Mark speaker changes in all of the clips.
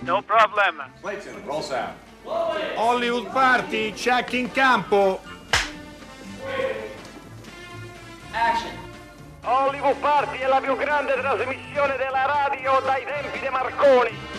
Speaker 1: No problem.
Speaker 2: Clayton, roll sound.
Speaker 3: Hollywood Party, check in campo.
Speaker 1: Action.
Speaker 4: Hollywood Party è la più grande trasmissione della radio dai tempi di Marconi.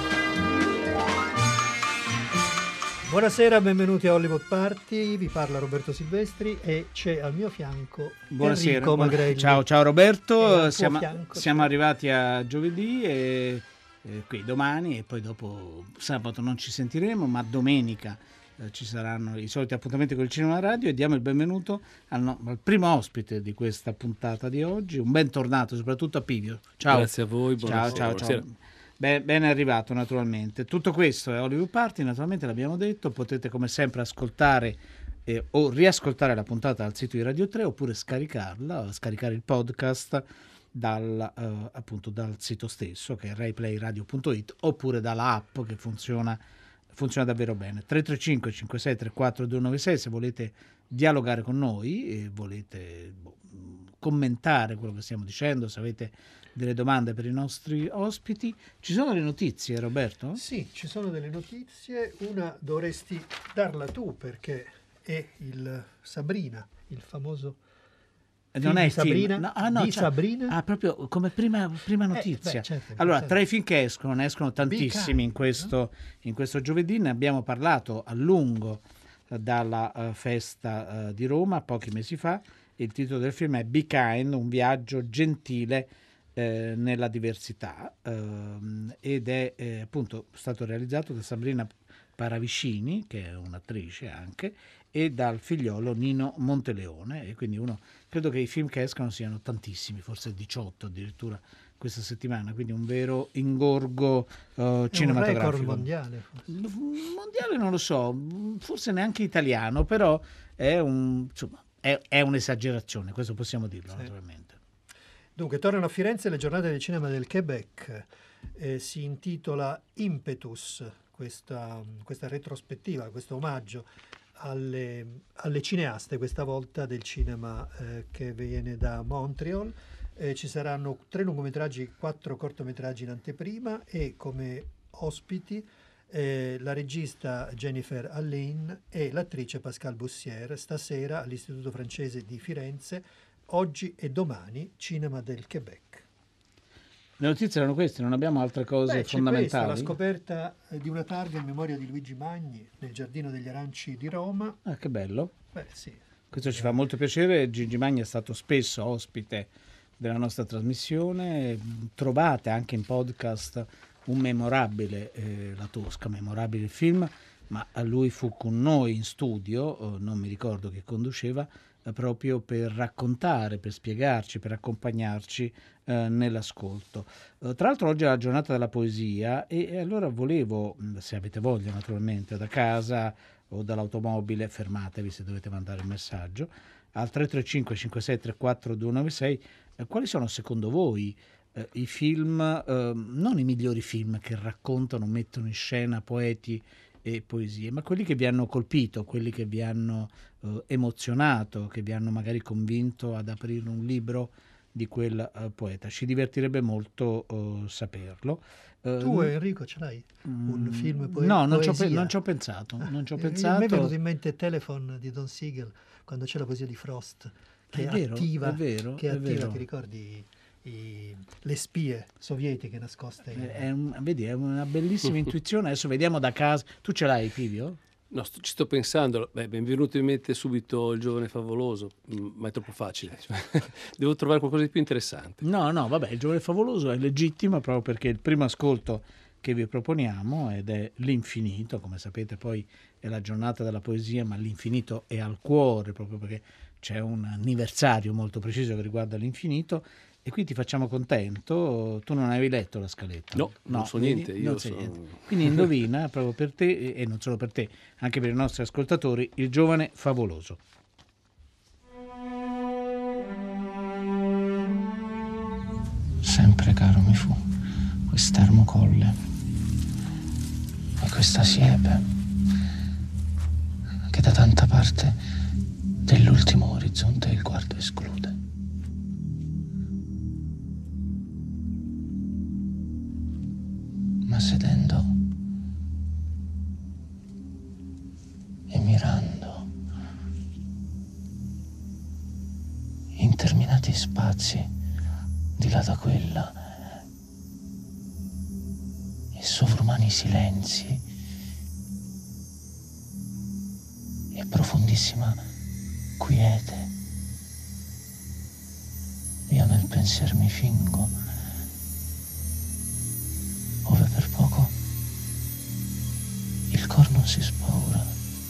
Speaker 5: Buonasera, benvenuti a Hollywood Party, vi parla Roberto Silvestri e c'è al mio fianco Enrico Magrelli.
Speaker 6: Ciao Roberto,
Speaker 5: fianco,
Speaker 6: siamo arrivati a giovedì e qui domani e poi dopo sabato non ci sentiremo, ma domenica ci saranno i soliti appuntamenti con il Cinema Radio e diamo il benvenuto al primo ospite di questa puntata di oggi, un bentornato soprattutto a Pivio. Ciao.
Speaker 7: Grazie a voi, buonasera.
Speaker 6: Ciao. Ben arrivato naturalmente. Tutto questo è Hollywood Party, naturalmente l'abbiamo detto, potete come sempre ascoltare o riascoltare la puntata dal sito di Radio 3 oppure scaricare il podcast dal sito stesso che è raiplayradio.it oppure dalla app che funziona davvero bene. 335 5634 296 se volete dialogare con noi e volete commentare quello che stiamo dicendo, se avete delle domande per i nostri ospiti. Ci sono delle notizie, Roberto?
Speaker 5: Sì, ci sono delle notizie. Una dovresti darla tu perché è il Sabrina, il famoso
Speaker 6: non è il
Speaker 5: Sabrina,
Speaker 6: film.
Speaker 5: Sabrina.
Speaker 6: Proprio come prima notizia. Allora, tra i film che escono tantissimi in questo giovedì, ne abbiamo parlato a lungo dalla festa di Roma pochi mesi fa. Il titolo del film è Be Kind, un viaggio gentile nella diversità ed è appunto stato realizzato da Sabrina Paravicini, che è un'attrice anche, e dal figliolo Nino Monteleone, e quindi credo che i film che escono siano tantissimi, forse 18 addirittura questa settimana, quindi un vero ingorgo cinematografico.
Speaker 5: Un record mondiale.
Speaker 6: Mondiale non lo so, forse neanche italiano, però è un'esagerazione, questo possiamo dirlo, sì. Naturalmente.
Speaker 5: Dunque, tornano a Firenze le giornate del cinema del Quebec, si intitola Impetus, questa retrospettiva, questo omaggio alle cineaste, questa volta del cinema che viene da Montreal. Ci saranno 3 lungometraggi, 4 cortometraggi in anteprima e come ospiti la regista Jennifer Allain e l'attrice Pascal Bussière, stasera all'Istituto Francese di Firenze, oggi e domani, Cinema del Quebec.
Speaker 6: Le notizie erano queste, non abbiamo altre cose fondamentali.
Speaker 5: La scoperta di una targa in memoria di Luigi Magni nel Giardino degli Aranci di Roma.
Speaker 6: Ah, che bello.
Speaker 5: Sì.
Speaker 6: Questo ci fa molto piacere. Gigi Magni è stato spesso ospite della nostra trasmissione. Trovate anche in podcast un memorabile La Tosca, memorabile film, ma a lui fu con noi in studio, non mi ricordo chi conduceva, proprio per raccontare, per spiegarci, per accompagnarci nell'ascolto. Tra l'altro oggi è la giornata della poesia e allora volevo, se avete voglia naturalmente, da casa o dall'automobile, fermatevi se dovete mandare il messaggio, al 335 5634 296, quali sono secondo voi i film, non i migliori film che raccontano, mettono in scena poeti e poesie, ma quelli che vi hanno colpito, quelli che vi hanno emozionato, che vi hanno magari convinto ad aprire un libro di quel poeta. Ci divertirebbe molto saperlo.
Speaker 5: Tu Enrico ce l'hai? Un film
Speaker 6: No, non ci ho pensato. A me
Speaker 5: è venuto in mente Telephone di Don Siegel, quando c'è la poesia di Frost, che è attiva, ti ricordi? Le spie sovietiche nascoste.
Speaker 6: Vedi, è una bellissima intuizione. Adesso vediamo da casa. Tu ce l'hai, Pivio?
Speaker 7: No, ci sto pensando. Mi è venuto in mente subito Il giovane favoloso, ma è troppo facile. Devo trovare qualcosa di più interessante.
Speaker 6: No, vabbè, Il giovane favoloso è legittimo proprio perché il primo ascolto che vi proponiamo ed è L'infinito. Come sapete poi è la giornata della poesia, ma l'infinito è al cuore proprio perché c'è un anniversario molto preciso che riguarda l'infinito. E qui ti facciamo contento. Tu non avevi letto la scaletta?
Speaker 7: No, non so niente.
Speaker 6: Niente. Quindi indovina proprio per te e non solo per te, anche per i nostri ascoltatori, Il giovane favoloso.
Speaker 8: Sempre caro mi fu quest'ermo colle e questa siepe che da tanta parte dell'ultimo orizzonte il guardo esclude. Ma sedendo spazi di là da quella, e sovrumani silenzi e profondissima quiete. Io nel pensier mi fingo, ove per poco il cor non si spaura,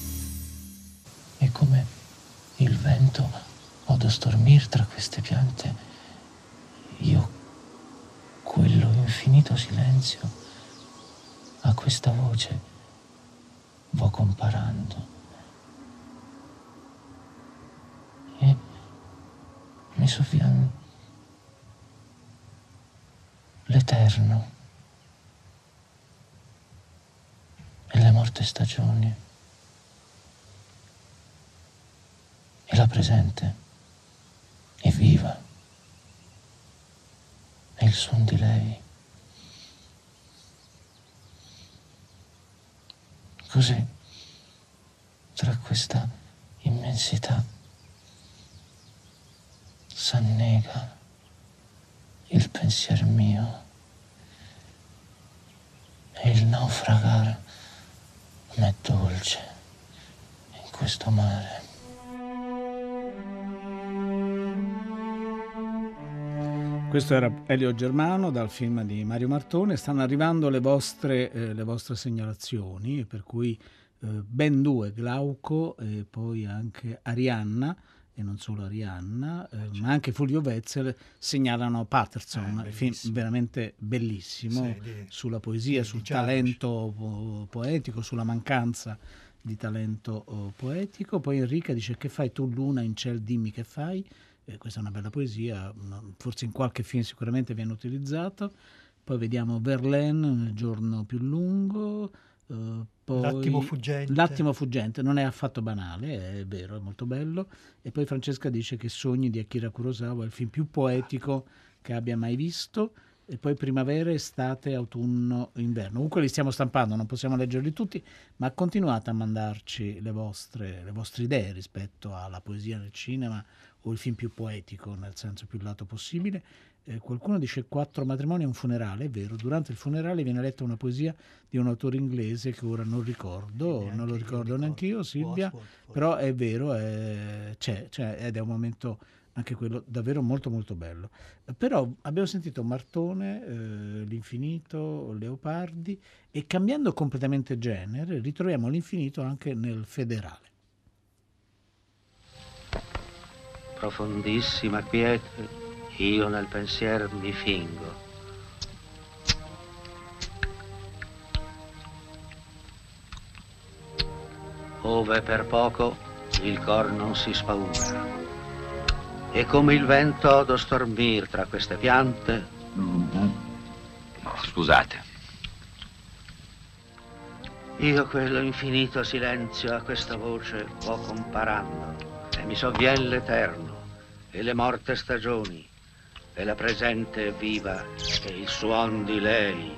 Speaker 8: e come il vento odo stormir tra queste piante, io quello infinito silenzio a questa voce vo comparando, e mi sovviene l'eterno e le morte stagioni e la presente e viva e il suon di lei. Così, tra questa immensità, s'annega il pensier mio e il naufragar m'è dolce in questo mare.
Speaker 6: Questo era Elio Germano dal film di Mario Martone. Stanno arrivando le vostre segnalazioni, per cui ben due, Glauco e poi anche Arianna, e non solo Arianna, ma anche Fulvio Wetzel segnalano Patterson, il film veramente bellissimo, sulla poesia, sul talento poetico, sulla mancanza di talento poetico. Poi Enrica dice: che fai tu luna in ciel, dimmi che fai. Questa è una bella poesia, forse in qualche film sicuramente viene utilizzato. Poi vediamo Verlaine, Nel giorno più lungo, poi L'attimo fuggente, non è affatto banale, è vero, è molto bello. E poi Francesca dice che Sogni di Akira Kurosawa è il film più poetico che abbia mai visto. E poi primavera, estate, autunno, inverno. Comunque li stiamo stampando, non possiamo leggerli tutti, ma continuate a mandarci le vostre idee rispetto alla poesia nel cinema o il film più poetico nel senso più lato possibile. Qualcuno dice 4 matrimoni e un funerale, è vero, durante il funerale viene letta una poesia di un autore inglese che ora non ricordo, non lo ricordo neanche io, Silvia, però è vero, c'è ed è un momento anche quello davvero molto molto bello. Però abbiamo sentito Martone, L'Infinito, Leopardi, e cambiando completamente genere ritroviamo l'Infinito anche nel Federale.
Speaker 8: Profondissima quiete, io nel pensier mi fingo. Ove per poco il cor non si spaura, e come il vento odo stormir tra queste piante.
Speaker 2: Scusate.
Speaker 8: Io quello infinito silenzio a questa voce vo comparando, e mi sovvien l'eterno e le morte stagioni e la presente viva e il suon di lei.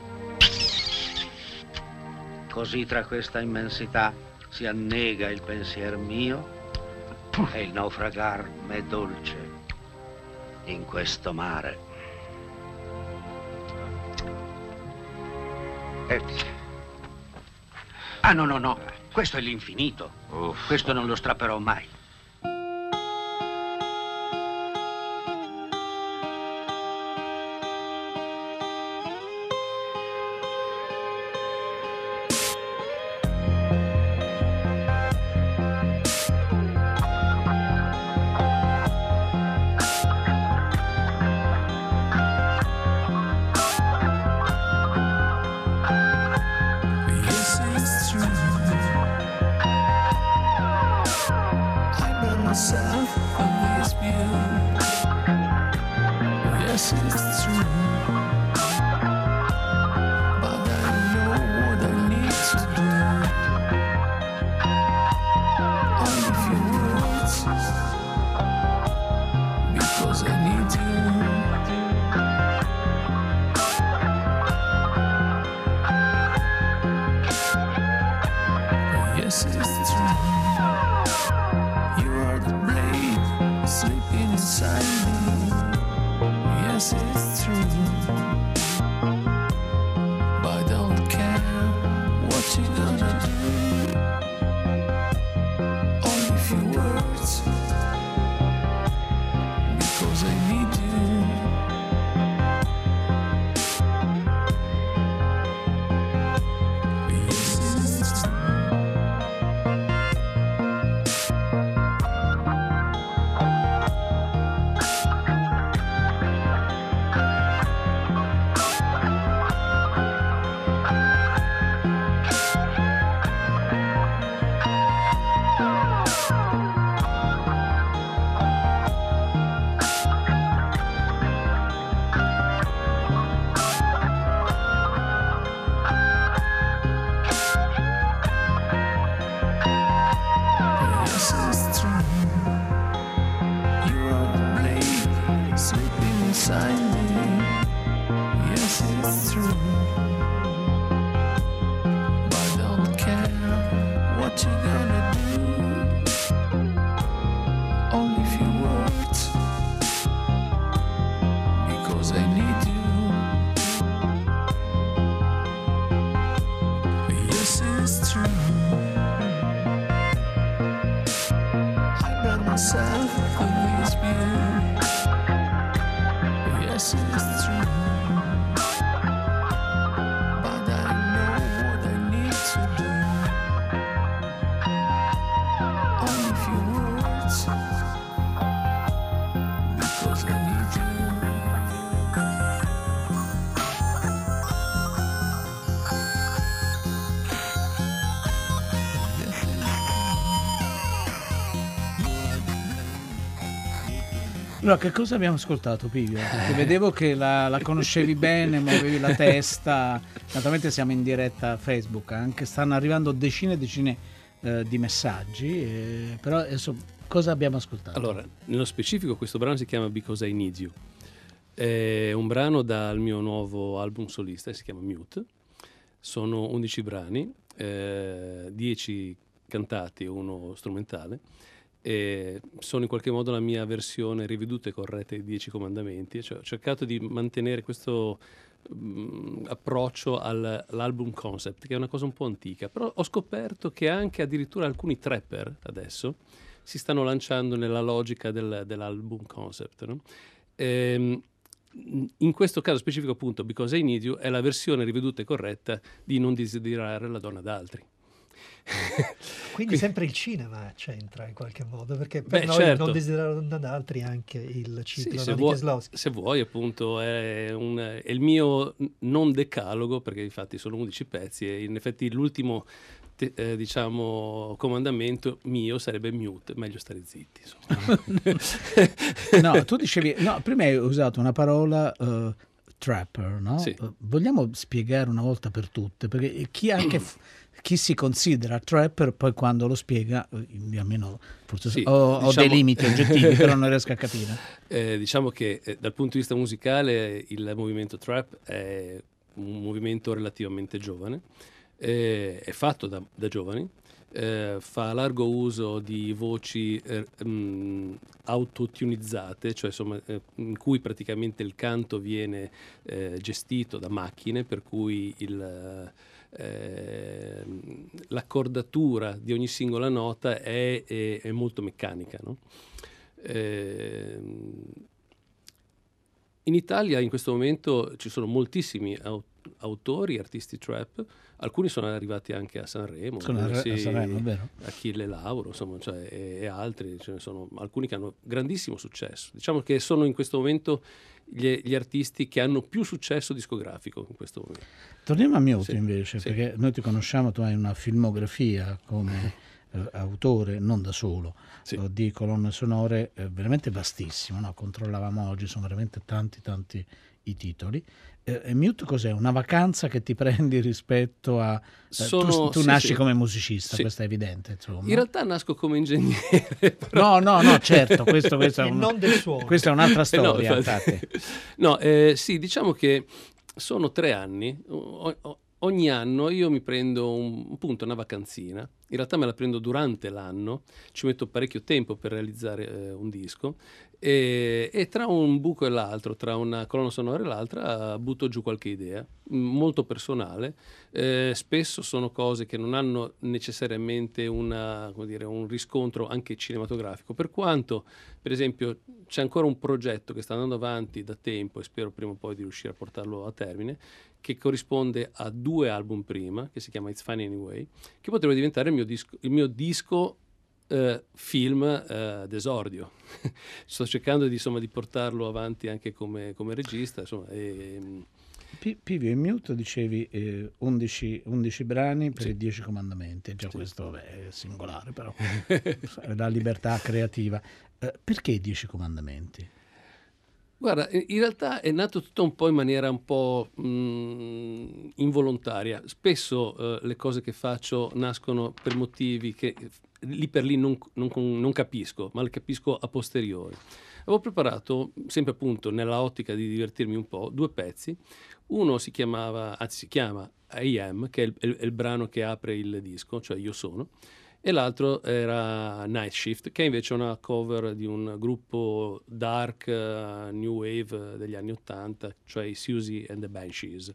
Speaker 8: Così tra questa immensità si annega il pensier mio e il naufragar m'è dolce in questo mare. Ah no, questo è l'infinito. Questo non lo strapperò mai.
Speaker 9: Sleeping inside me.
Speaker 2: Yes, it's true. But I don't care what you gonna do. Only few words, because I need you. Yes, it's true. Yes, it's true. You are the blade sleeping inside me. Yes, it's true. But I don't care what you gonna do. Only few words, because I need you. Yes, it's true. I brought myself to this view. Yes, it's true. But I know what I need to do. Only few words, because I need you.
Speaker 6: Allora, che cosa abbiamo ascoltato, Pivio? Perché vedevo che la conoscevi bene, muovevi la testa. Naturalmente siamo in diretta a Facebook, anche stanno arrivando decine e decine di messaggi, però adesso cosa abbiamo ascoltato?
Speaker 7: Allora, nello specifico questo brano si chiama Because I Need You. È un brano dal mio nuovo album solista, si chiama Mute. Sono 11 brani, 10 cantati e uno strumentale. E sono in qualche modo la mia versione riveduta e corretta dei 10 comandamenti. Cioè, ho cercato di mantenere questo approccio all'album concept, che è una cosa un po' antica, però ho scoperto che anche addirittura alcuni trapper adesso si stanno lanciando nella logica dell'album concept, no? In questo caso specifico, appunto, Because I Need You è la versione riveduta e corretta di Non desiderare la donna d'altri.
Speaker 5: Quindi sempre il cinema c'entra in qualche modo, perché per noi
Speaker 7: certo.
Speaker 5: Non desiderare da altri anche il ciclo,
Speaker 7: sì,
Speaker 5: no, di Kieslowski.
Speaker 7: se vuoi, appunto, è il mio non decalogo, perché infatti sono 11 pezzi e in effetti l'ultimo diciamo comandamento mio sarebbe mute, meglio stare zitti, insomma.
Speaker 6: No, tu dicevi, no, prima hai usato una parola trapper, no?
Speaker 7: Sì.
Speaker 6: Vogliamo spiegare una volta per tutte, perché chi si considera trapper poi quando lo spiega, almeno forse
Speaker 7: sì,
Speaker 6: ho
Speaker 7: diciamo,
Speaker 6: dei limiti oggettivi, però non riesco a capire.
Speaker 7: Diciamo che dal punto di vista musicale il movimento trap è un movimento relativamente giovane, è fatto da giovani, fa largo uso di voci autotunizzate, cioè insomma in cui praticamente il canto viene gestito da macchine, per cui l'accordatura di ogni singola nota è molto meccanica, no? In Italia in questo momento ci sono moltissimi autori, artisti trap, alcuni sono arrivati anche a Sanremo,
Speaker 6: a Sanremo, vero?
Speaker 7: Achille Lauro, insomma, cioè, e altri, ce ne sono alcuni che hanno grandissimo successo. Diciamo che sono in questo momento gli artisti che hanno più successo discografico in questo momento.
Speaker 6: Torniamo a Mute invece,
Speaker 7: sì.
Speaker 6: perché noi ti conosciamo, tu hai una filmografia come autore, non da solo,
Speaker 7: sì,
Speaker 6: di colonne sonore veramente vastissimo, no? Controllavamo oggi, sono veramente tanti i titoli. Mute cos'è? Una vacanza che ti prendi rispetto a... tu nasci come musicista, questo è evidente, insomma.
Speaker 7: In realtà nasco come ingegnere.
Speaker 6: Però... No, certo, questo è
Speaker 5: non del suono.
Speaker 6: Questa è un'altra storia.
Speaker 7: Sì, diciamo che sono 3 anni. ogni anno io mi prendo una vacanzina, in realtà me la prendo durante l'anno, ci metto parecchio tempo per realizzare un disco e tra un buco e l'altro, tra una colonna sonora e l'altra, butto giù qualche idea, molto personale. Spesso sono cose che non hanno necessariamente un riscontro anche cinematografico, per quanto, per esempio, c'è ancora un progetto che sta andando avanti da tempo e spero prima o poi di riuscire a portarlo a termine, che corrisponde a 2 album prima, che si chiama It's Fine Anyway, che potrebbe diventare il mio disco film d'esordio. Sto cercando di portarlo avanti anche come regista, insomma.
Speaker 6: Pivio, in Mute dicevi 11 brani per
Speaker 7: Sì.
Speaker 6: i 10 comandamenti, già
Speaker 7: Sì.
Speaker 6: questo è singolare, però la libertà creativa. Perché 10 comandamenti?
Speaker 7: Guarda, in realtà è nato tutto un po' in maniera un po' involontaria. Spesso le cose che faccio nascono per motivi che lì per lì non capisco, ma le capisco a posteriori. Avevo preparato, sempre appunto nella ottica di divertirmi un po', 2 pezzi. Uno si chiama I Am, che è il brano che apre il disco, cioè Io sono, e l'altro era Night Shift, che è invece una cover di un gruppo dark new wave degli anni '80, cioè i Siouxsie and the Banshees.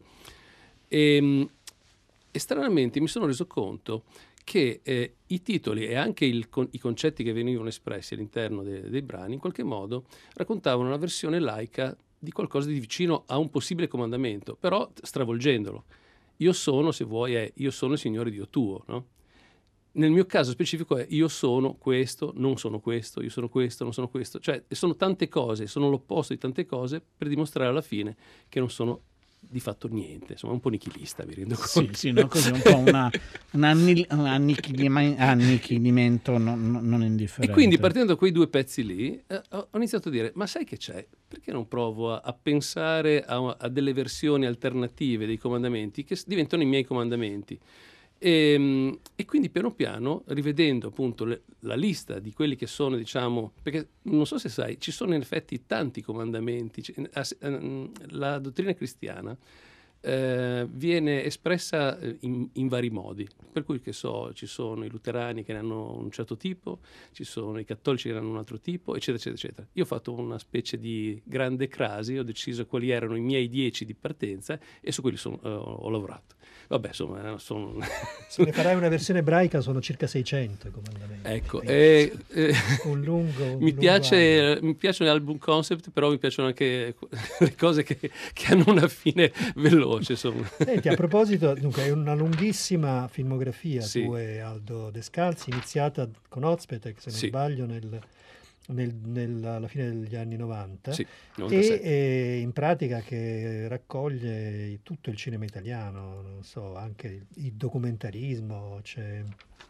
Speaker 7: E stranamente mi sono reso conto che i titoli e anche i concetti che venivano espressi all'interno dei brani in qualche modo raccontavano una versione laica di qualcosa di vicino a un possibile comandamento, però stravolgendolo. Io sono, se vuoi, io sono il Signore Dio tuo, no? Nel mio caso specifico è io sono questo, non sono questo, io sono questo, non sono questo. Cioè sono tante cose, sono l'opposto di tante cose per dimostrare alla fine che non sono di fatto niente. Insomma, un po' nichilista, mi rendo conto.
Speaker 6: Sì, no? Così un po' un annichilimento non indifferente.
Speaker 7: E quindi partendo da quei 2 pezzi lì ho iniziato a dire, ma sai che c'è? Perché non provo a pensare a delle versioni alternative dei comandamenti che diventano i miei comandamenti? E quindi piano piano, rivedendo appunto la lista di quelli che sono, diciamo, perché non so se sai, ci sono in effetti tanti comandamenti. La dottrina cristiana viene espressa in vari modi, per cui che so, ci sono i luterani che ne hanno un certo tipo, ci sono i cattolici che ne hanno un altro tipo, eccetera, eccetera, eccetera. Io ho fatto una specie di grande crasi, ho deciso quali erano i miei 10 di partenza e su quelli ho lavorato. Vabbè, insomma,
Speaker 5: Se ne farai una versione ebraica sono circa 600 i comandamenti.
Speaker 7: Ecco,
Speaker 5: un lungo
Speaker 7: mi piacciono gli album concept, però mi piacciono anche le cose che hanno una fine veloce, insomma.
Speaker 5: Senti, a proposito, dunque, è una lunghissima filmografia,
Speaker 7: Sì.
Speaker 5: tu e Aldo Descalzi, iniziata con Ozpetek, se non
Speaker 7: Sì.
Speaker 5: sbaglio, alla fine degli anni 90,
Speaker 7: Sì, 97.
Speaker 5: e in pratica che raccoglie tutto il cinema italiano, non so, anche il documentarismo, c'è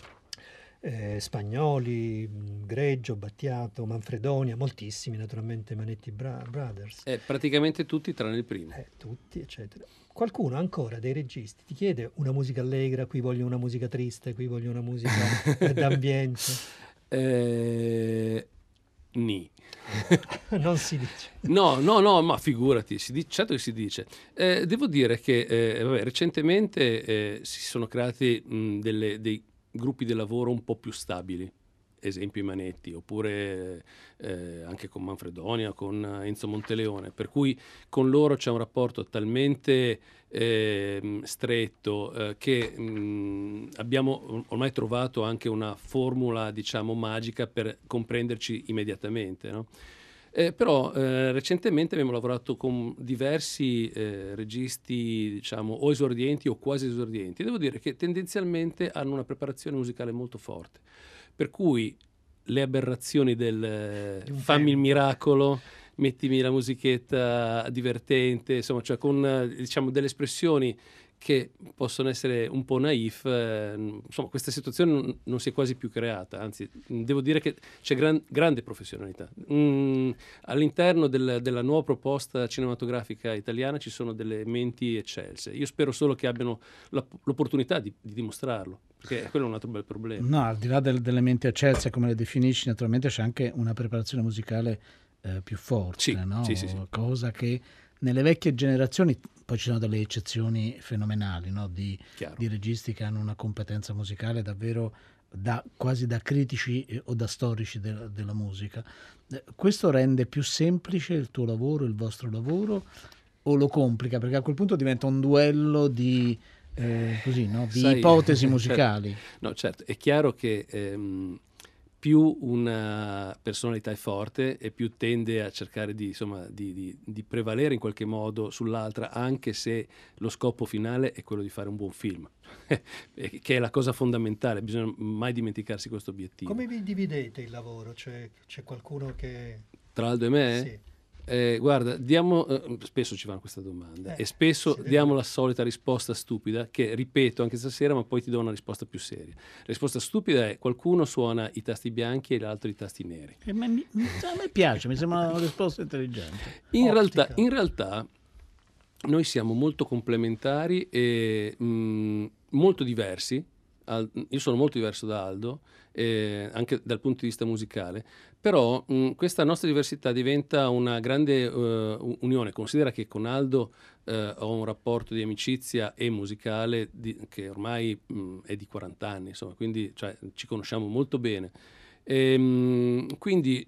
Speaker 5: Spagnoli, Greggio, Battiato, Manfredonia, moltissimi naturalmente, Manetti Brothers.
Speaker 7: Praticamente tutti tranne il primo.
Speaker 5: Tutti, eccetera. Qualcuno ancora dei registi ti chiede una musica allegra, qui voglio una musica triste, qui voglio una musica d'ambiente?
Speaker 7: Ni.
Speaker 5: Non si dice.
Speaker 7: No, ma figurati, certo che si dice. Devo dire che recentemente si sono creati dei gruppi di lavoro un po' più stabili, esempio i Manetti, oppure anche con Manfredonia, con Enzo Monteleone, per cui con loro c'è un rapporto talmente stretto che abbiamo ormai trovato anche una formula, diciamo, magica per comprenderci immediatamente, no? Però recentemente abbiamo lavorato con diversi registi, diciamo, o esordienti o quasi esordienti. Devo dire che tendenzialmente hanno una preparazione musicale molto forte, per cui le aberrazioni del fammi il miracolo, mettimi la musichetta divertente, insomma, cioè con diciamo delle espressioni che possono essere un po' naif, insomma questa situazione non si è quasi più creata, anzi devo dire che c'è grande professionalità. All'interno della nuova proposta cinematografica italiana ci sono delle menti eccelse, io spero solo che abbiano l'opportunità di dimostrarlo, perché quello è un altro bel problema.
Speaker 6: No, al di là delle menti eccelse come le definisci, naturalmente c'è anche una preparazione musicale più forte,
Speaker 7: Sì,
Speaker 6: no?
Speaker 7: sì.
Speaker 6: Cosa che nelle vecchie generazioni, poi ci sono delle eccezioni fenomenali, no? di
Speaker 7: Chiaro.
Speaker 6: registi che hanno una competenza musicale davvero quasi da critici o da storici della musica. Questo rende più semplice il tuo lavoro, il vostro lavoro, o lo complica? Perché a quel punto diventa un duello di così, no? Di
Speaker 7: Sai,
Speaker 6: ipotesi musicali.
Speaker 7: Certo. No, certo, è chiaro che più una personalità è forte e più tende a cercare di prevalere in qualche modo sull'altra, anche se lo scopo finale è quello di fare un buon film, che è la cosa fondamentale, bisogna mai dimenticarsi questo obiettivo.
Speaker 5: Come vi dividete il lavoro? C'è qualcuno che...
Speaker 7: Tra Aldo e me?
Speaker 5: Sì.
Speaker 7: Guarda, spesso ci fanno questa domanda e spesso
Speaker 5: sì,
Speaker 7: diamo la solita risposta stupida che ripeto anche stasera, ma poi ti do una risposta più seria. La risposta stupida è: qualcuno suona i tasti bianchi e l'altro i tasti neri.
Speaker 6: A me piace, mi sembra una risposta intelligente.
Speaker 7: In realtà noi siamo molto complementari e molto diversi. Io sono molto diverso da Aldo, anche dal punto di vista musicale, però questa nostra diversità diventa una grande unione. Considera che con Aldo ho un rapporto di amicizia e musicale che ormai è di 40 anni, insomma, quindi ci conosciamo molto bene. Quindi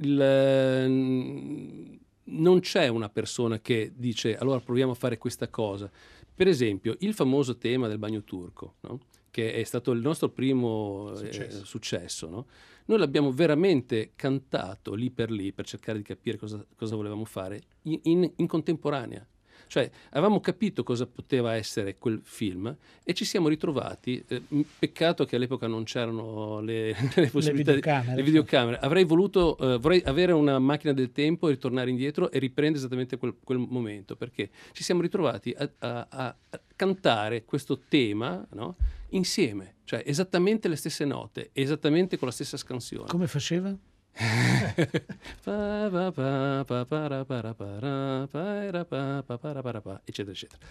Speaker 7: non c'è una persona che dice allora proviamo a fare questa cosa. Per esempio il famoso tema del bagno turco, no? Che è stato il nostro primo successo, no? Noi l'abbiamo veramente cantato lì per cercare di capire cosa volevamo fare in contemporanea. Cioè avevamo capito cosa poteva essere quel film e ci siamo ritrovati, peccato che all'epoca non c'erano le possibilità, le videocamere. Vorrei avere una macchina del tempo e ritornare indietro e riprendere esattamente quel momento, perché ci siamo ritrovati a cantare questo tema, no? Insieme, cioè esattamente le stesse note, esattamente con la stessa scansione.
Speaker 6: Come faceva?
Speaker 7: Eccetera eccetera.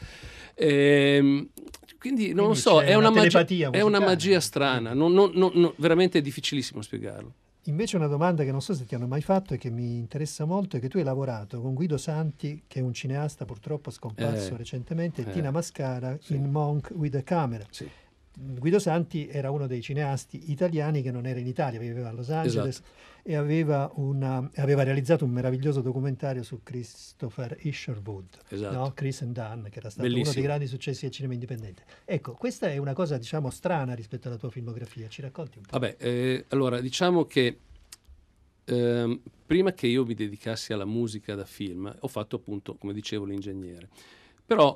Speaker 7: Quindi non lo so, è una magia strana, veramente è difficilissimo spiegarlo.
Speaker 5: Invece una domanda che non so se ti hanno mai fatto e che mi interessa molto è che tu hai lavorato con Guido Santi, che è un cineasta purtroppo scomparso recentemente, e Tina Mascara in Monk with a Camera.
Speaker 7: Sì.
Speaker 5: Guido Santi era uno dei cineasti italiani che non era in Italia, viveva a Los Angeles, e aveva realizzato un meraviglioso documentario su Christopher Isherwood, no? Chris and Dan, che era stato uno dei grandi successi del cinema indipendente. Ecco, questa è una cosa, diciamo, strana rispetto alla tua filmografia. Ci racconti un po'?
Speaker 7: Vabbè, allora, diciamo che prima che io mi dedicassi alla musica da film, ho fatto appunto, come dicevo, l'ingegnere. Però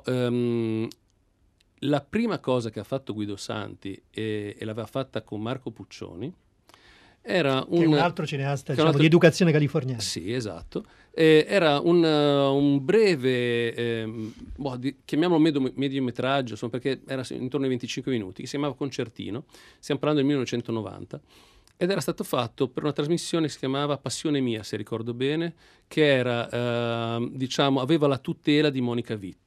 Speaker 7: la prima cosa che ha fatto Guido Santi e l'aveva fatta con Marco Puccioni era
Speaker 5: che è un altro cineasta di educazione californiana. Sì,
Speaker 7: esatto. Era un breve, chiamiamolo mediometraggio, insomma, perché era intorno ai 25 minuti, che si chiamava Concertino. Stiamo parlando del 1990. Ed era stato fatto per una trasmissione che si chiamava Passione Mia, se ricordo bene, che era, aveva la tutela di Monica Vitti.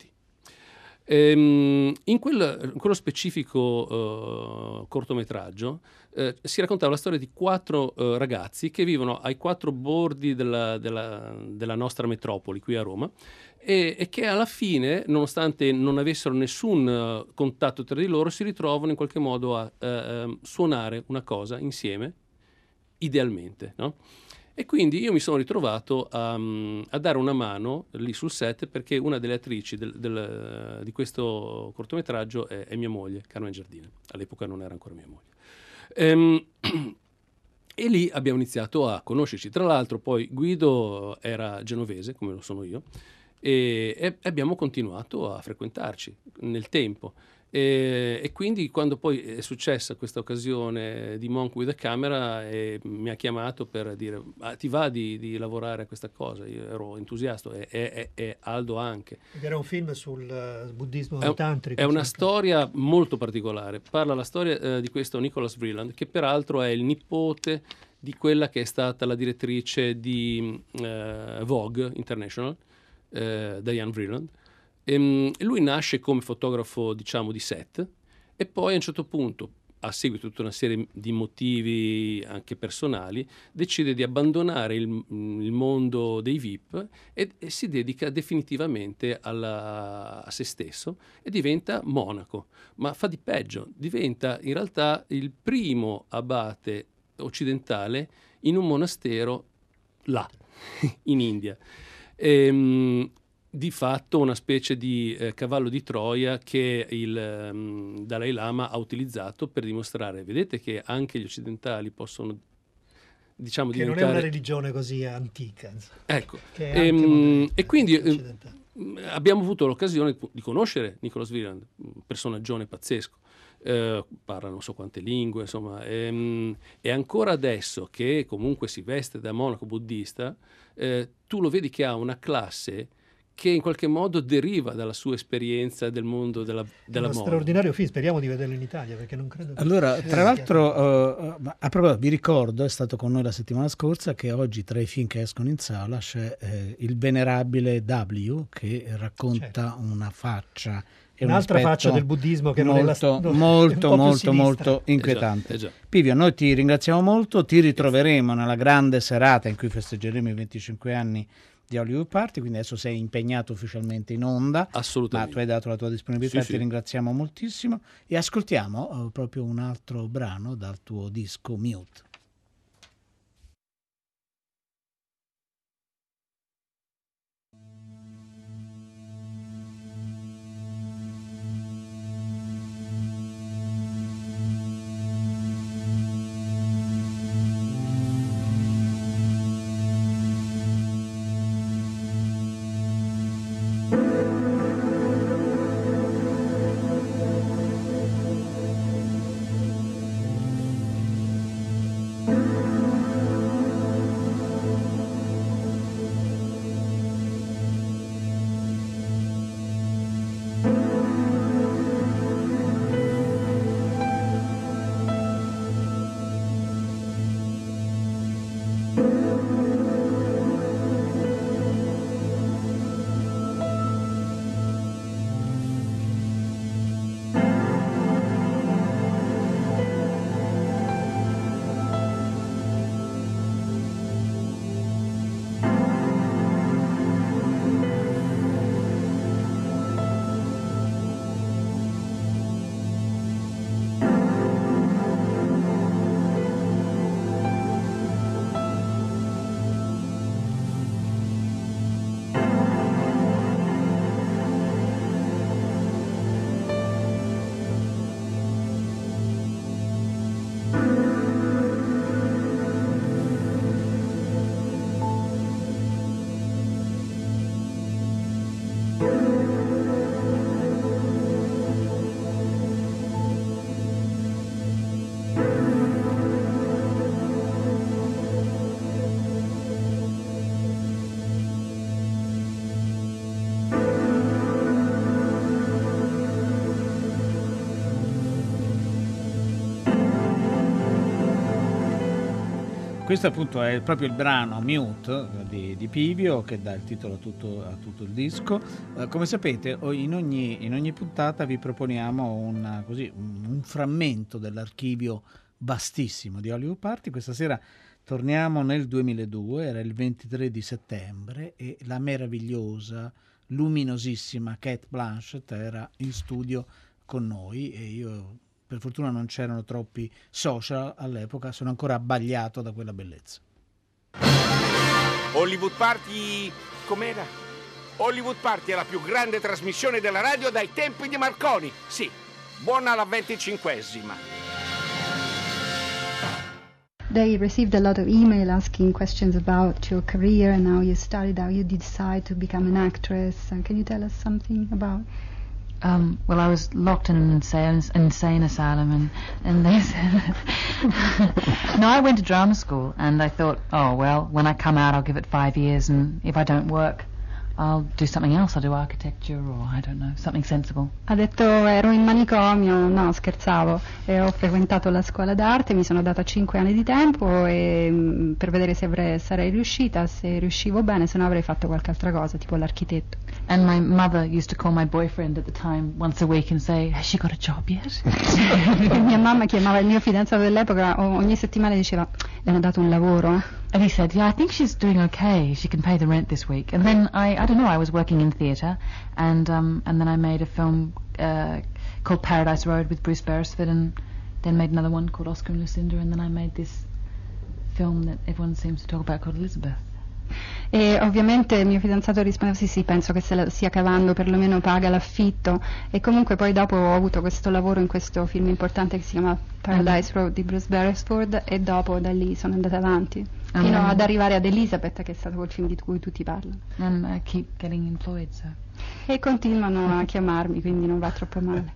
Speaker 7: In quello specifico cortometraggio si raccontava la storia di 4 ragazzi che vivono ai 4 bordi della nostra metropoli qui a Roma e che alla fine, nonostante non avessero nessun contatto tra di loro, si ritrovano in qualche modo a suonare una cosa insieme, idealmente, no? E quindi io mi sono ritrovato a dare una mano lì sul set, perché una delle attrici di questo cortometraggio è mia moglie, Carmen Giardina. All'epoca non era ancora mia moglie. E lì abbiamo iniziato a conoscerci. Tra l'altro poi Guido era genovese, come lo sono io, e abbiamo continuato a frequentarci nel tempo. E quindi quando poi è successa questa occasione di Monk with a Camera, mi ha chiamato per dire ti va di lavorare a questa cosa? Io ero entusiasta e Aldo anche.
Speaker 5: Ed era un film sul buddismo tantrico.
Speaker 7: È una storia molto particolare. Parla la storia di questo Nicholas Vreeland, che peraltro è il nipote di quella che è stata la direttrice di Vogue International, Diane Vreeland. Lui nasce come fotografo, diciamo, di set, e poi a un certo punto, a seguito di tutta una serie di motivi anche personali, decide di abbandonare il mondo dei VIP e si dedica definitivamente a se stesso e diventa monaco. Ma fa di peggio, diventa in realtà il primo abate occidentale in un monastero là, in India. Di fatto una specie di cavallo di Troia che il Dalai Lama ha utilizzato per dimostrare, vedete che anche gli occidentali possono, diciamo,
Speaker 5: che
Speaker 7: diventare...
Speaker 5: non è una religione così antica.
Speaker 7: Ecco,
Speaker 5: che è anche moderna,
Speaker 7: e quindi
Speaker 5: occidentale.
Speaker 7: abbiamo avuto l'occasione di conoscere Nicholas Wieland, un personaggione pazzesco. Parla non so quante lingue, insomma, e ancora adesso che comunque si veste da monaco buddista, tu lo vedi che ha una classe che in qualche modo deriva dalla sua esperienza del mondo della moda.
Speaker 5: Straordinario film, speriamo di vederlo in Italia, perché non credo che...
Speaker 6: Allora, tra l'altro, a proposito, vi ricordo, è stato con noi la settimana scorsa, che oggi tra i film che escono in sala c'è il venerabile W, che racconta una faccia e
Speaker 5: un'altra faccia del buddismo che non è
Speaker 6: molto inquietante.
Speaker 7: Già.
Speaker 6: Pivio, noi ti ringraziamo molto, ti ritroveremo nella grande serata in cui festeggeremo i 25 anni di Hollywood Party, quindi adesso sei impegnato ufficialmente in onda.
Speaker 7: Assolutamente.
Speaker 6: Ma tu hai dato la tua disponibilità,
Speaker 7: Sì.
Speaker 6: ti ringraziamo moltissimo e ascoltiamo proprio un altro brano dal tuo disco Mute. Questo appunto è proprio il brano Mute di Pivio, che dà il titolo a tutto il disco. Come sapete, in ogni puntata vi proponiamo un frammento dell'archivio vastissimo di Hollywood Party. Questa sera torniamo nel 2002, era il 23 di settembre e la meravigliosa, luminosissima Cate Blanchett era in studio con noi e io... Per fortuna non c'erano troppi social all'epoca, sono ancora abbagliato da quella bellezza.
Speaker 3: Hollywood Party, com'era? Hollywood Party è la più grande trasmissione della radio dai tempi di Marconi. Sì, buona la 25esima.
Speaker 9: They received a lot of email asking questions about your career and how you started, how you decide to become an actress. Can you tell us something about...
Speaker 10: Well, I was locked in an insane asylum, and they said... No, I went to drama school, and I thought, oh, well, when I come out, I'll give it 5 years, and if I don't work, I'll do something else. I'll do architecture or, I don't know, something sensible.
Speaker 9: Ha detto, ero in manicomio, no, scherzavo, e ho frequentato la scuola d'arte, mi sono data 5 anni di tempo per vedere se sarei riuscita, se riuscivo bene, se no avrei fatto qualche altra cosa, tipo l'architetto.
Speaker 10: And my mother used to call my boyfriend at the time once a week and say, "Has she got a job yet?"
Speaker 9: E mia mamma chiamava il mio fidanzato dell'epoca ogni settimana e diceva, le hanno dato un lavoro?
Speaker 10: And he said, "Yeah, I think she's doing okay. She can pay the rent this week." And then I don't know, I was working in theatre, and then I made a film called Paradise Road with Bruce Beresford, and then made another one called Oscar and Lucinda, and then I made this film that everyone seems to talk about called Elizabeth.
Speaker 9: E ovviamente il mio fidanzato rispondeva sì, penso che se la stia cavando, perlomeno paga l'affitto, e comunque poi dopo ho avuto questo lavoro in questo film importante che si chiama Paradise Road di Bruce Beresford, e dopo da lì sono andata avanti fino ad arrivare ad Elizabeth, che è stato quel film di cui tutti parlano.
Speaker 10: And I keep getting employed, so.
Speaker 9: E continuano a chiamarmi, quindi non va troppo male.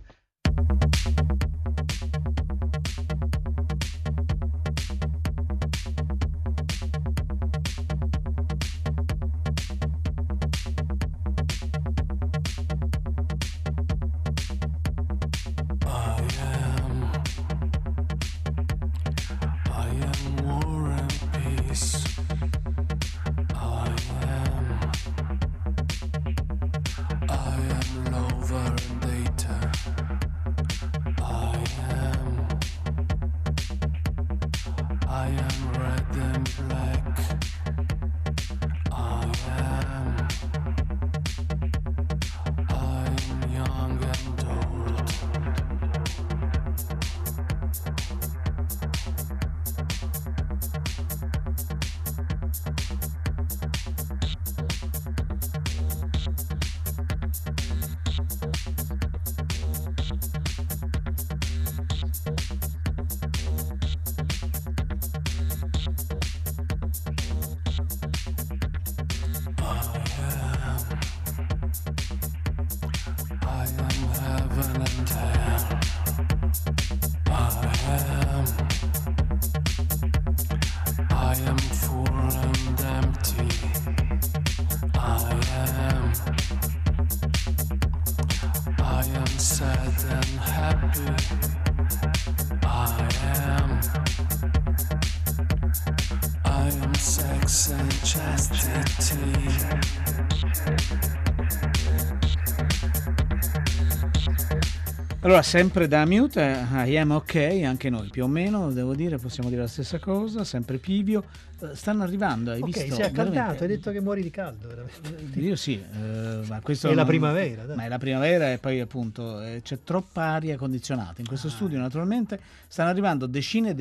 Speaker 6: Allora, sempre da Mute, I Am OK, anche noi più o meno, devo dire, possiamo dire la stessa cosa, sempre Pivio. Stanno arrivando, hai visto?
Speaker 5: Si è accaldato, hai detto che muori di caldo, veramente.
Speaker 6: Io sì, ma questo
Speaker 5: è la primavera. Dai.
Speaker 6: Ma è la primavera, e poi appunto c'è troppa aria condizionata. In questo studio naturalmente stanno arrivando decine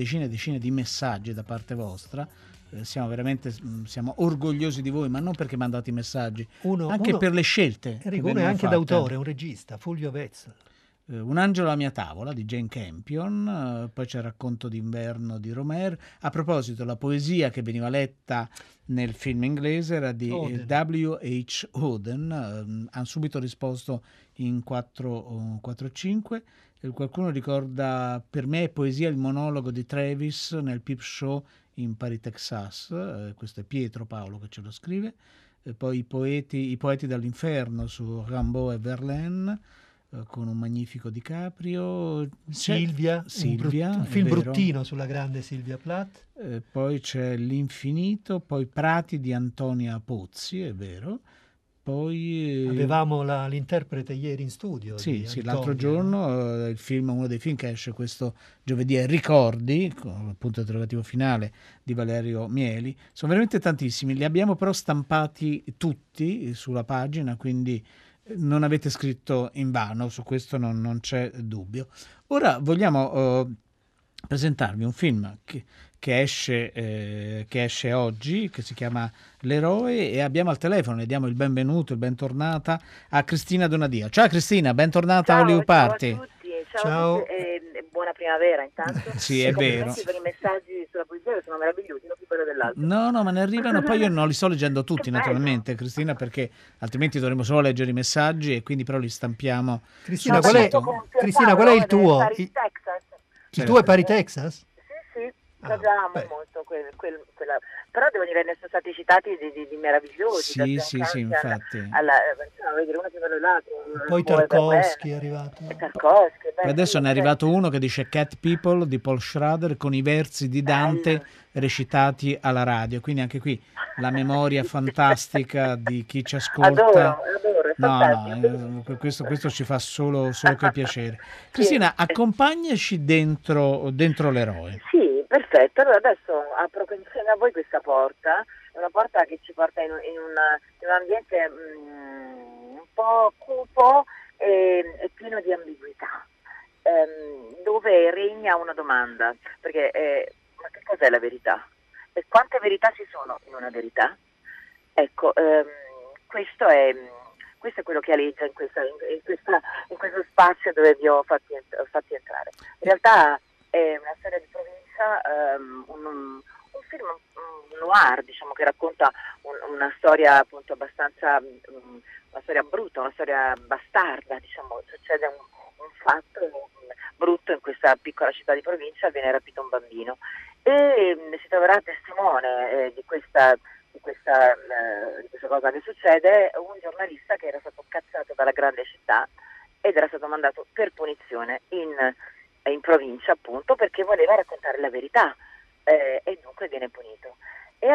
Speaker 6: di messaggi da parte vostra. Siamo orgogliosi di voi, ma non perché mandate i messaggi, anche per le scelte.
Speaker 5: Enrico, uno è anche d'autore, un regista, Fulvio Vezza.
Speaker 6: Un angelo alla mia tavola di Jane Campion, poi c'è il racconto d'inverno di Romer. A proposito, la poesia che veniva letta nel film inglese era di W.H. Auden. Hanno subito risposto in 4-5. Qualcuno ricorda, per me è poesia il monologo di Travis nel Peep Show in Paris, Texas. Questo è Pietro Paolo che ce lo scrive. Poi i poeti dall'inferno su Rimbaud e Verlaine, con un magnifico DiCaprio.
Speaker 5: Silvia, un film bruttino sulla grande Silvia Plath.
Speaker 6: Poi c'è L'infinito, poi Prati di Antonia Pozzi, è vero. Poi
Speaker 5: avevamo l'interprete ieri in studio.
Speaker 6: Sì, l'altro giorno il film, uno dei film che esce questo giovedì è Ricordi, con il punto interrogativo finale di Valerio Mieli. Sono veramente tantissimi, li abbiamo però stampati tutti sulla pagina, quindi non avete scritto invano, su questo non c'è dubbio. Ora vogliamo presentarvi un film che esce oggi, che si chiama L'eroe, e abbiamo al telefono, e diamo il benvenuto, il bentornata a Cristina Donadio. Ciao Cristina, bentornata a Hollywood Party.
Speaker 11: Ciao a tutti, ciao. A tutti, e buona primavera intanto.
Speaker 6: Sì, è vero.
Speaker 11: Complimenti per i messaggi sulla poesia, che sono meravigliosi, uno più bello dell'altro.
Speaker 6: No, ma ne arrivano, poi io non li sto leggendo tutti naturalmente, Cristina, perché altrimenti dovremmo solo leggere i messaggi, e quindi però li stampiamo.
Speaker 5: Cristina, qual è il tuo? Il tuo è Paris, Texas?
Speaker 11: Sì. amo molto quella, però devo dire ne sono stati citati di meravigliosi.
Speaker 6: Sì, infatti.
Speaker 11: Uno più bello dell'altro.
Speaker 5: Poi Tarkovsky è arrivato.
Speaker 6: Poi adesso ne è arrivato uno che dice Cat People di Paul Schrader con i versi di Dante recitati alla radio, quindi anche qui la memoria fantastica di chi ci ascolta.
Speaker 11: Adoro,
Speaker 6: no, questo ci fa solo che piacere. Cristina, accompagnaci dentro l'eroe.
Speaker 11: Sì, perfetto. Allora adesso apro insieme a voi questa porta, è una porta che ci porta in un ambiente un po' cupo e pieno di ambiguità, dove regna una domanda, perché ma che cos'è la verità? E quante verità ci sono in una verità? Ecco, questo è quello che aleggia in questo spazio dove vi ho fatti entrare. In realtà è una storia di provincia, un film noir, diciamo, che racconta una storia appunto abbastanza, una storia brutta, una storia bastarda, diciamo. Succede un fatto brutto in questa piccola città di provincia, viene rapito un bambino e si troverà testimone di questa cosa che succede un giornalista che era stato cacciato dalla grande città ed era stato mandato per punizione in provincia, appunto perché voleva raccontare la verità, e dunque viene punito. E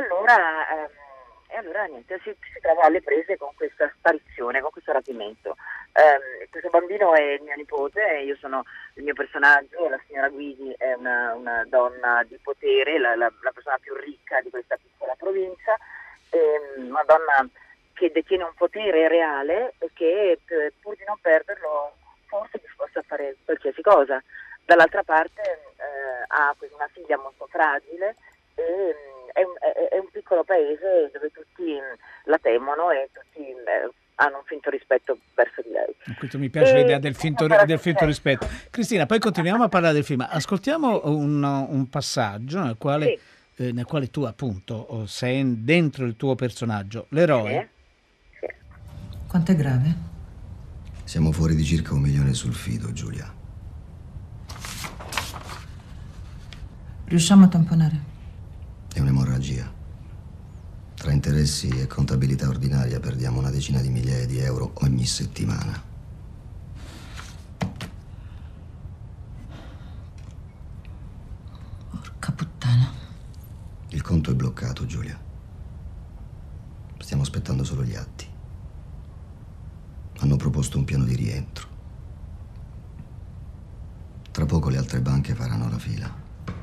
Speaker 11: allora niente, si trova alle prese con questa sparizione, con questo rapimento. Questo bambino è mia nipote, io sono il mio personaggio, la signora Guidi è una donna di potere, la persona più ricca di questa piccola provincia, una donna che detiene un potere reale e che pur di non perderlo forse è disposta a fare qualsiasi cosa. Dall'altra parte ha una figlia molto fragile e è un piccolo paese dove tutti la temono e tutti hanno un finto rispetto verso di lei.
Speaker 6: Questo mi piace l'idea del finto rispetto. Cristina, poi continuiamo a parlare del film. Ascoltiamo un passaggio nel quale tu appunto sei dentro il tuo personaggio, l'eroe.
Speaker 11: Sì.
Speaker 12: Quanto è grave?
Speaker 13: Siamo fuori di circa 1 milione sul fido, Giulia.
Speaker 12: Riusciamo a tamponare?
Speaker 13: È un'emorragia. Tra interessi e contabilità ordinaria perdiamo una decina di migliaia di euro ogni settimana.
Speaker 12: Porca puttana.
Speaker 13: Il conto è bloccato, Giulia. Stiamo aspettando solo gli atti. Hanno proposto un piano di rientro. Tra poco le altre banche faranno la fila.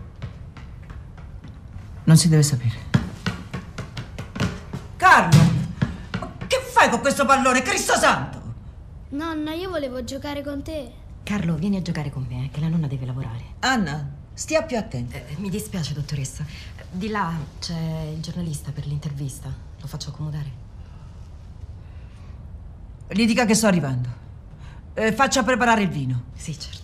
Speaker 12: Non si deve sapere. Carlo! Che fai con questo pallone, Cristo santo?
Speaker 14: Nonna, io volevo giocare con te.
Speaker 15: Carlo, vieni a giocare con me, che la nonna deve lavorare.
Speaker 12: Anna, stia più attenta.
Speaker 15: Mi dispiace, dottoressa. Di là c'è il giornalista per l'intervista. Lo faccio accomodare.
Speaker 12: Gli dica che sto arrivando. Faccia preparare il vino.
Speaker 15: Sì, certo.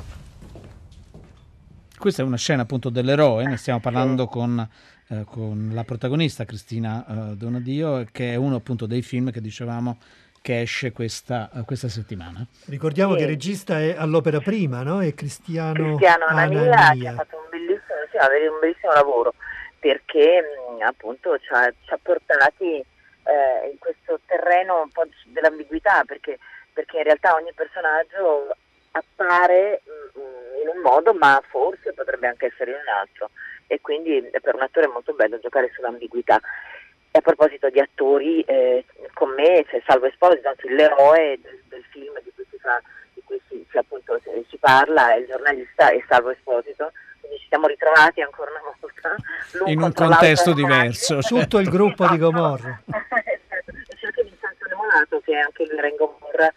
Speaker 6: Questa è una scena appunto dell'eroe, ne stiamo parlando con la protagonista Cristina Donadio, che è uno appunto dei film che dicevamo che esce questa settimana.
Speaker 5: Ricordiamo che il regista è all'opera prima, no? È Cristiano
Speaker 11: Anania, che ha fatto un bellissimo lavoro, perché appunto ci ha portati in questo terreno un po' dell'ambiguità, perché in realtà ogni personaggio appare in un modo, ma forse potrebbe anche essere in un altro, e quindi per un attore è molto bello giocare sull'ambiguità. E a proposito di attori, con me c'è Salvo Esposito, anche l'eroe del film di cui si parla, è il giornalista e Salvo Esposito, quindi ci siamo ritrovati ancora una volta
Speaker 6: in un contesto diverso,
Speaker 5: tutto il gruppo di Gomorra.
Speaker 11: C'è anche Vincenzo Lemolato, che è anche lui era in Gomorra,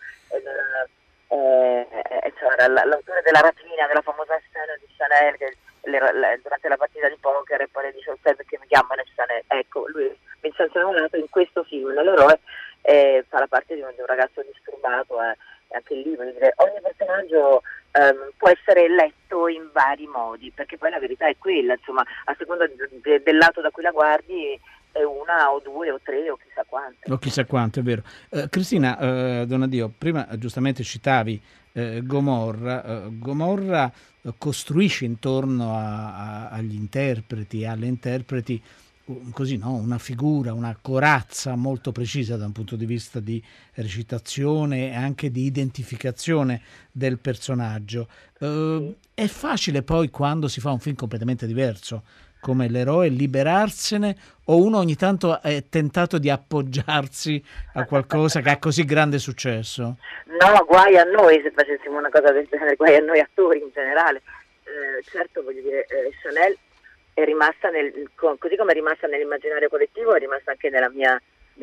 Speaker 11: cioè l'autore della rapina, della famosa scena di Chanel che durante la partita di poker e poi le dice che mi chiamano Chanel. Ecco, lui, Vincenzo Lemolato, in questo film, nell'eroe, fa la parte di un ragazzo disturbato, e anche lì voglio dire, ogni personaggio può essere letto in vari modi, perché poi la verità è quella, insomma, a seconda del lato da cui la guardi è una o due o tre o chissà quante.
Speaker 6: O chissà quanto, è vero. Cristina Donadio, prima giustamente citavi Gomorra. Gomorra costruisci intorno agli interpreti e alle interpreti così, no? Una figura, una corazza molto precisa da un punto di vista di recitazione e anche di identificazione del personaggio. È facile poi, quando si fa un film completamente diverso come L'eroe, liberarsene, o uno ogni tanto è tentato di appoggiarsi a qualcosa che ha così grande successo?
Speaker 11: No, guai a noi se facessimo una cosa del genere, guai a noi attori in generale. Certo, voglio dire, Chanel è rimasta così come è rimasta nell'immaginario collettivo, è rimasta anche nella mia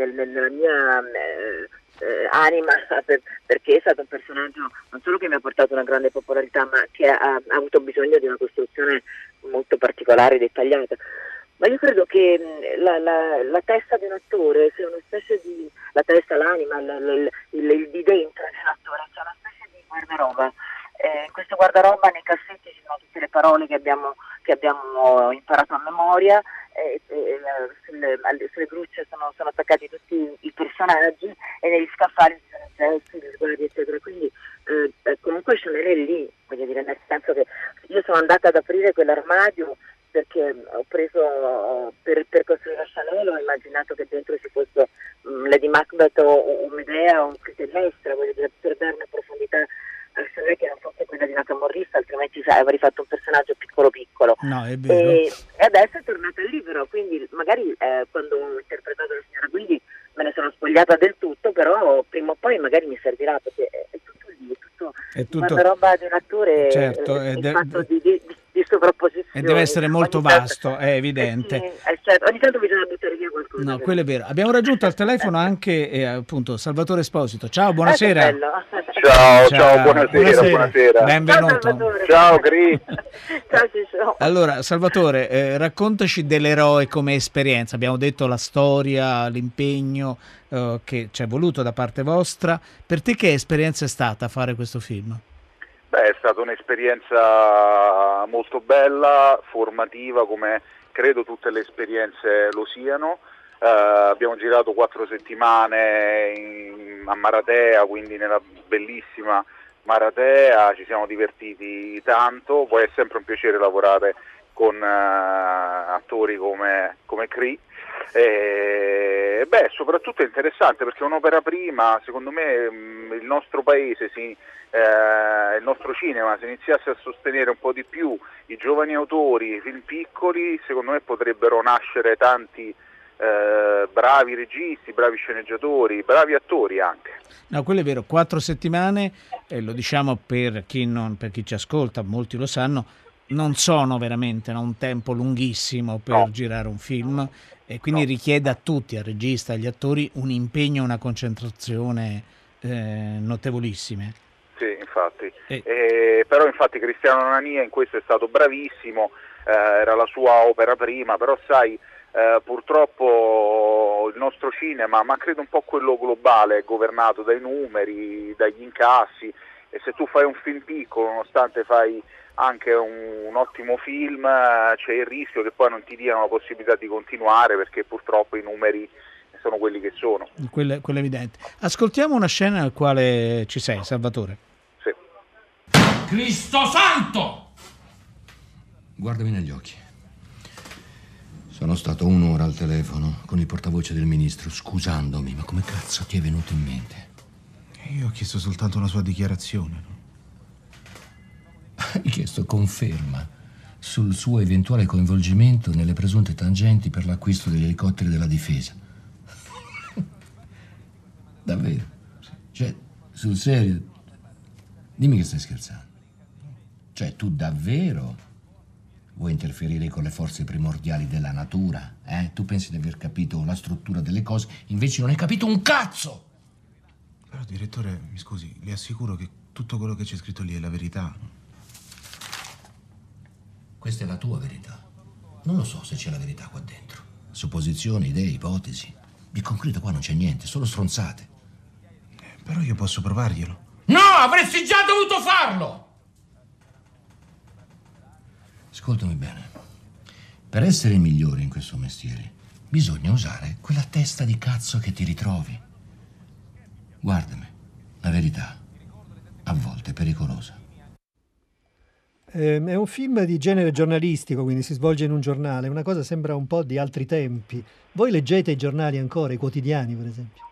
Speaker 11: anima, perché è stato un personaggio non solo che mi ha portato una grande popolarità, ma che ha avuto bisogno di una costruzione molto particolare e dettagliata. Ma io credo che la testa di un attore sia una specie di, la testa, l'anima, il di dentro di un attore, c'è una specie di guardaroba. In questo guardaroba, nei cassetti, ci sono tutte le parole che abbiamo imparato a memoria, sulle grucce sono attaccati tutti i personaggi, e negli scaffali ci sono i gesti, gli sguardi, eccetera. Quindi comunque Chanel è lì, voglio dire, nel senso che io sono andata ad aprire quell'armadio perché ho preso per costruire Chanel, ho immaginato che dentro ci fosse Lady Macbeth o Medea o Clitemnestra, voglio dire, per dare una profondità a Chanel che non fosse quella di una camorrista, altrimenti avrei fatto un personaggio piccolo.
Speaker 6: No, è vero.
Speaker 11: E adesso è tornata al libro, quindi magari quando ho interpretato la signora Guidi me ne sono spogliata del tutto, però prima o poi magari mi servirà, perché è tutto lì, è tutto una roba di un attore,
Speaker 6: certo,
Speaker 11: fatto di sovrapposizione.
Speaker 6: E deve essere molto vasto, è evidente.
Speaker 11: Certo, ogni tanto bisogna buttare via qualcosa.
Speaker 6: No, quello è vero. Abbiamo raggiunto al telefono anche appunto Salvatore Esposito. Ciao, buonasera.
Speaker 16: Ciao, buonasera.
Speaker 6: Benvenuto.
Speaker 16: Ciao, Cris.
Speaker 11: Ciao.
Speaker 6: Allora, Salvatore, raccontaci dell'eroe come esperienza. Abbiamo detto la storia, l'impegno che ci è voluto da parte vostra. Per te che esperienza è stata fare questo film?
Speaker 16: Beh, è stata un'esperienza molto bella, formativa, come credo tutte le esperienze lo siano. Abbiamo girato 4 settimane a Maratea, quindi nella bellissima Maratea, ci siamo divertiti tanto, poi è sempre un piacere lavorare con attori come Cree. Soprattutto è interessante perché è un'opera prima, secondo me il nostro paese, il nostro cinema, se iniziasse a sostenere un po' di più i giovani autori, i film piccoli, secondo me potrebbero nascere tanti bravi registi, bravi sceneggiatori, bravi attori anche.
Speaker 6: No, quello è vero, 4 settimane, lo diciamo per chi ci ascolta, molti lo sanno, non sono veramente un tempo lunghissimo per girare un film, e quindi richiede a tutti, al regista, agli attori, un impegno, una concentrazione notevolissime.
Speaker 16: Sì, infatti. Però infatti Cristiano Nania in questo è stato bravissimo, era la sua opera prima, però sai, purtroppo il nostro cinema, ma credo un po' quello globale, è governato dai numeri, dagli incassi, e se tu fai un film piccolo, nonostante fai anche un ottimo film, c'è il rischio che poi non ti diano la possibilità di continuare, perché purtroppo i numeri sono quelli che sono.
Speaker 6: Quello è evidente. Ascoltiamo una scena nel quale ci sei, Salvatore.
Speaker 16: Sì.
Speaker 17: Cristo santo!
Speaker 13: Guardami negli occhi. Sono stato 1 ora al telefono con il portavoce del ministro, scusandomi, ma come cazzo ti è venuto in mente?
Speaker 17: Io ho chiesto soltanto una sua dichiarazione, no?
Speaker 13: Hai chiesto conferma sul suo eventuale coinvolgimento nelle presunte tangenti per l'acquisto degli elicotteri della difesa. Davvero? Cioè, sul serio? Dimmi che stai scherzando. Cioè, tu davvero vuoi interferire con le forze primordiali della natura? Tu pensi di aver capito la struttura delle cose, invece non hai capito un cazzo!
Speaker 17: Però, direttore, mi scusi, le assicuro che tutto quello che c'è scritto lì è la verità.
Speaker 13: Questa è la tua verità. Non lo so se c'è la verità qua dentro. Supposizioni, idee, ipotesi. Di concreto qua non c'è niente, solo stronzate.
Speaker 17: Però io posso provarglielo.
Speaker 13: No, avresti già dovuto farlo! Ascoltami bene. Per essere migliore in questo mestiere, bisogna usare quella testa di cazzo che ti ritrovi. Guardami, la verità a volte è pericolosa.
Speaker 5: È un film di genere giornalistico, quindi si svolge in un giornale, una cosa sembra un po' di altri tempi. Voi leggete i giornali ancora, i quotidiani per esempio?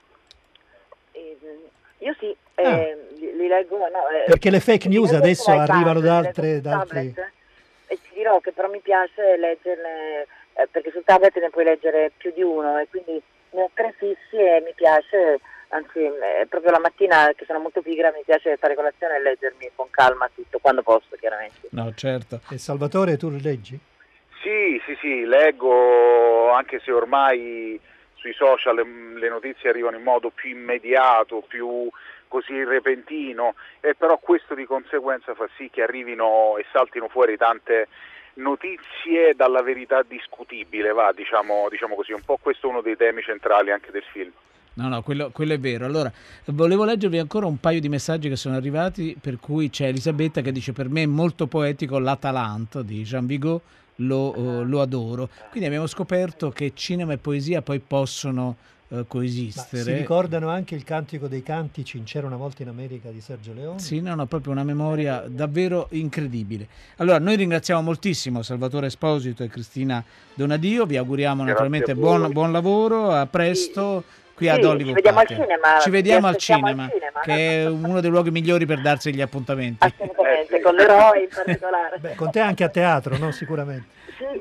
Speaker 11: Io sì, li leggo. No,
Speaker 5: perché le fake news adesso arrivano da altri...
Speaker 11: E ti dirò che però mi piace leggerle, perché sul tablet ne puoi leggere più di uno e quindi ne ho 3 fissi e mi piace, anzi proprio la mattina che sono molto pigra mi piace fare colazione e leggermi con calma tutto, quando posso chiaramente.
Speaker 6: No, certo.
Speaker 5: E Salvatore, tu lo leggi?
Speaker 16: Sì, leggo, anche se ormai sui social le notizie arrivano in modo più immediato, più così repentino, e però questo di conseguenza fa sì che arrivino e saltino fuori tante notizie dalla verità discutibile, diciamo così, un po' questo è uno dei temi centrali anche del film.
Speaker 6: No, quello è vero. Allora, volevo leggervi ancora un paio di messaggi che sono arrivati, per cui c'è Elisabetta che dice: per me è molto poetico l'Atalante di Jean Vigo, lo adoro. Quindi abbiamo scoperto che cinema e poesia poi possono coesistere.
Speaker 5: Ma si ricordano anche il Cantico dei Cantici, C'era una volta in America di Sergio Leone?
Speaker 6: Sì, proprio una memoria davvero incredibile. Allora, noi ringraziamo moltissimo Salvatore Esposito e Cristina Donadio, vi auguriamo naturalmente buon lavoro, a presto. Qui ad Hollywood.
Speaker 11: Ci vediamo al cinema.
Speaker 6: Ci vediamo al cinema, che è uno dei luoghi migliori per darsi gli appuntamenti.
Speaker 11: Assolutamente, con l'eroe in particolare.
Speaker 5: Con te anche a teatro, no? Sicuramente.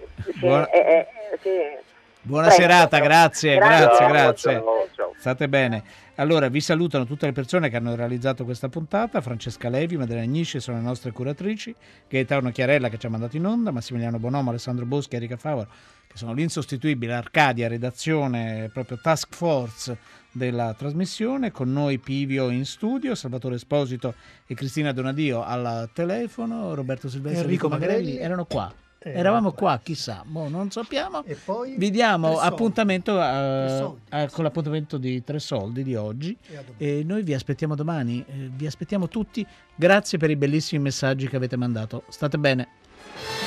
Speaker 6: Buona serata, grazie.
Speaker 16: Ciao.
Speaker 6: State bene. Allora, vi salutano tutte le persone che hanno realizzato questa puntata: Francesca Levi, Madeleine Agnisci sono le nostre curatrici, Gaetano Chiarella che ci ha mandato in onda, Massimiliano Bonomo, Alessandro Boschi e Erika Favaro, che sono l'insostituibile Arcadia, redazione, proprio task force della trasmissione, con noi Pivio in studio, Salvatore Esposito e Cristina Donadio al telefono, Roberto Silvestri e Enrico Magrelli erano qua. Eravamo qua, chissà, non sappiamo.
Speaker 5: E poi
Speaker 6: vi diamo appuntamento con l'appuntamento di 3 soldi di oggi e noi vi aspettiamo domani, vi aspettiamo tutti. Grazie per i bellissimi messaggi che avete mandato. State bene.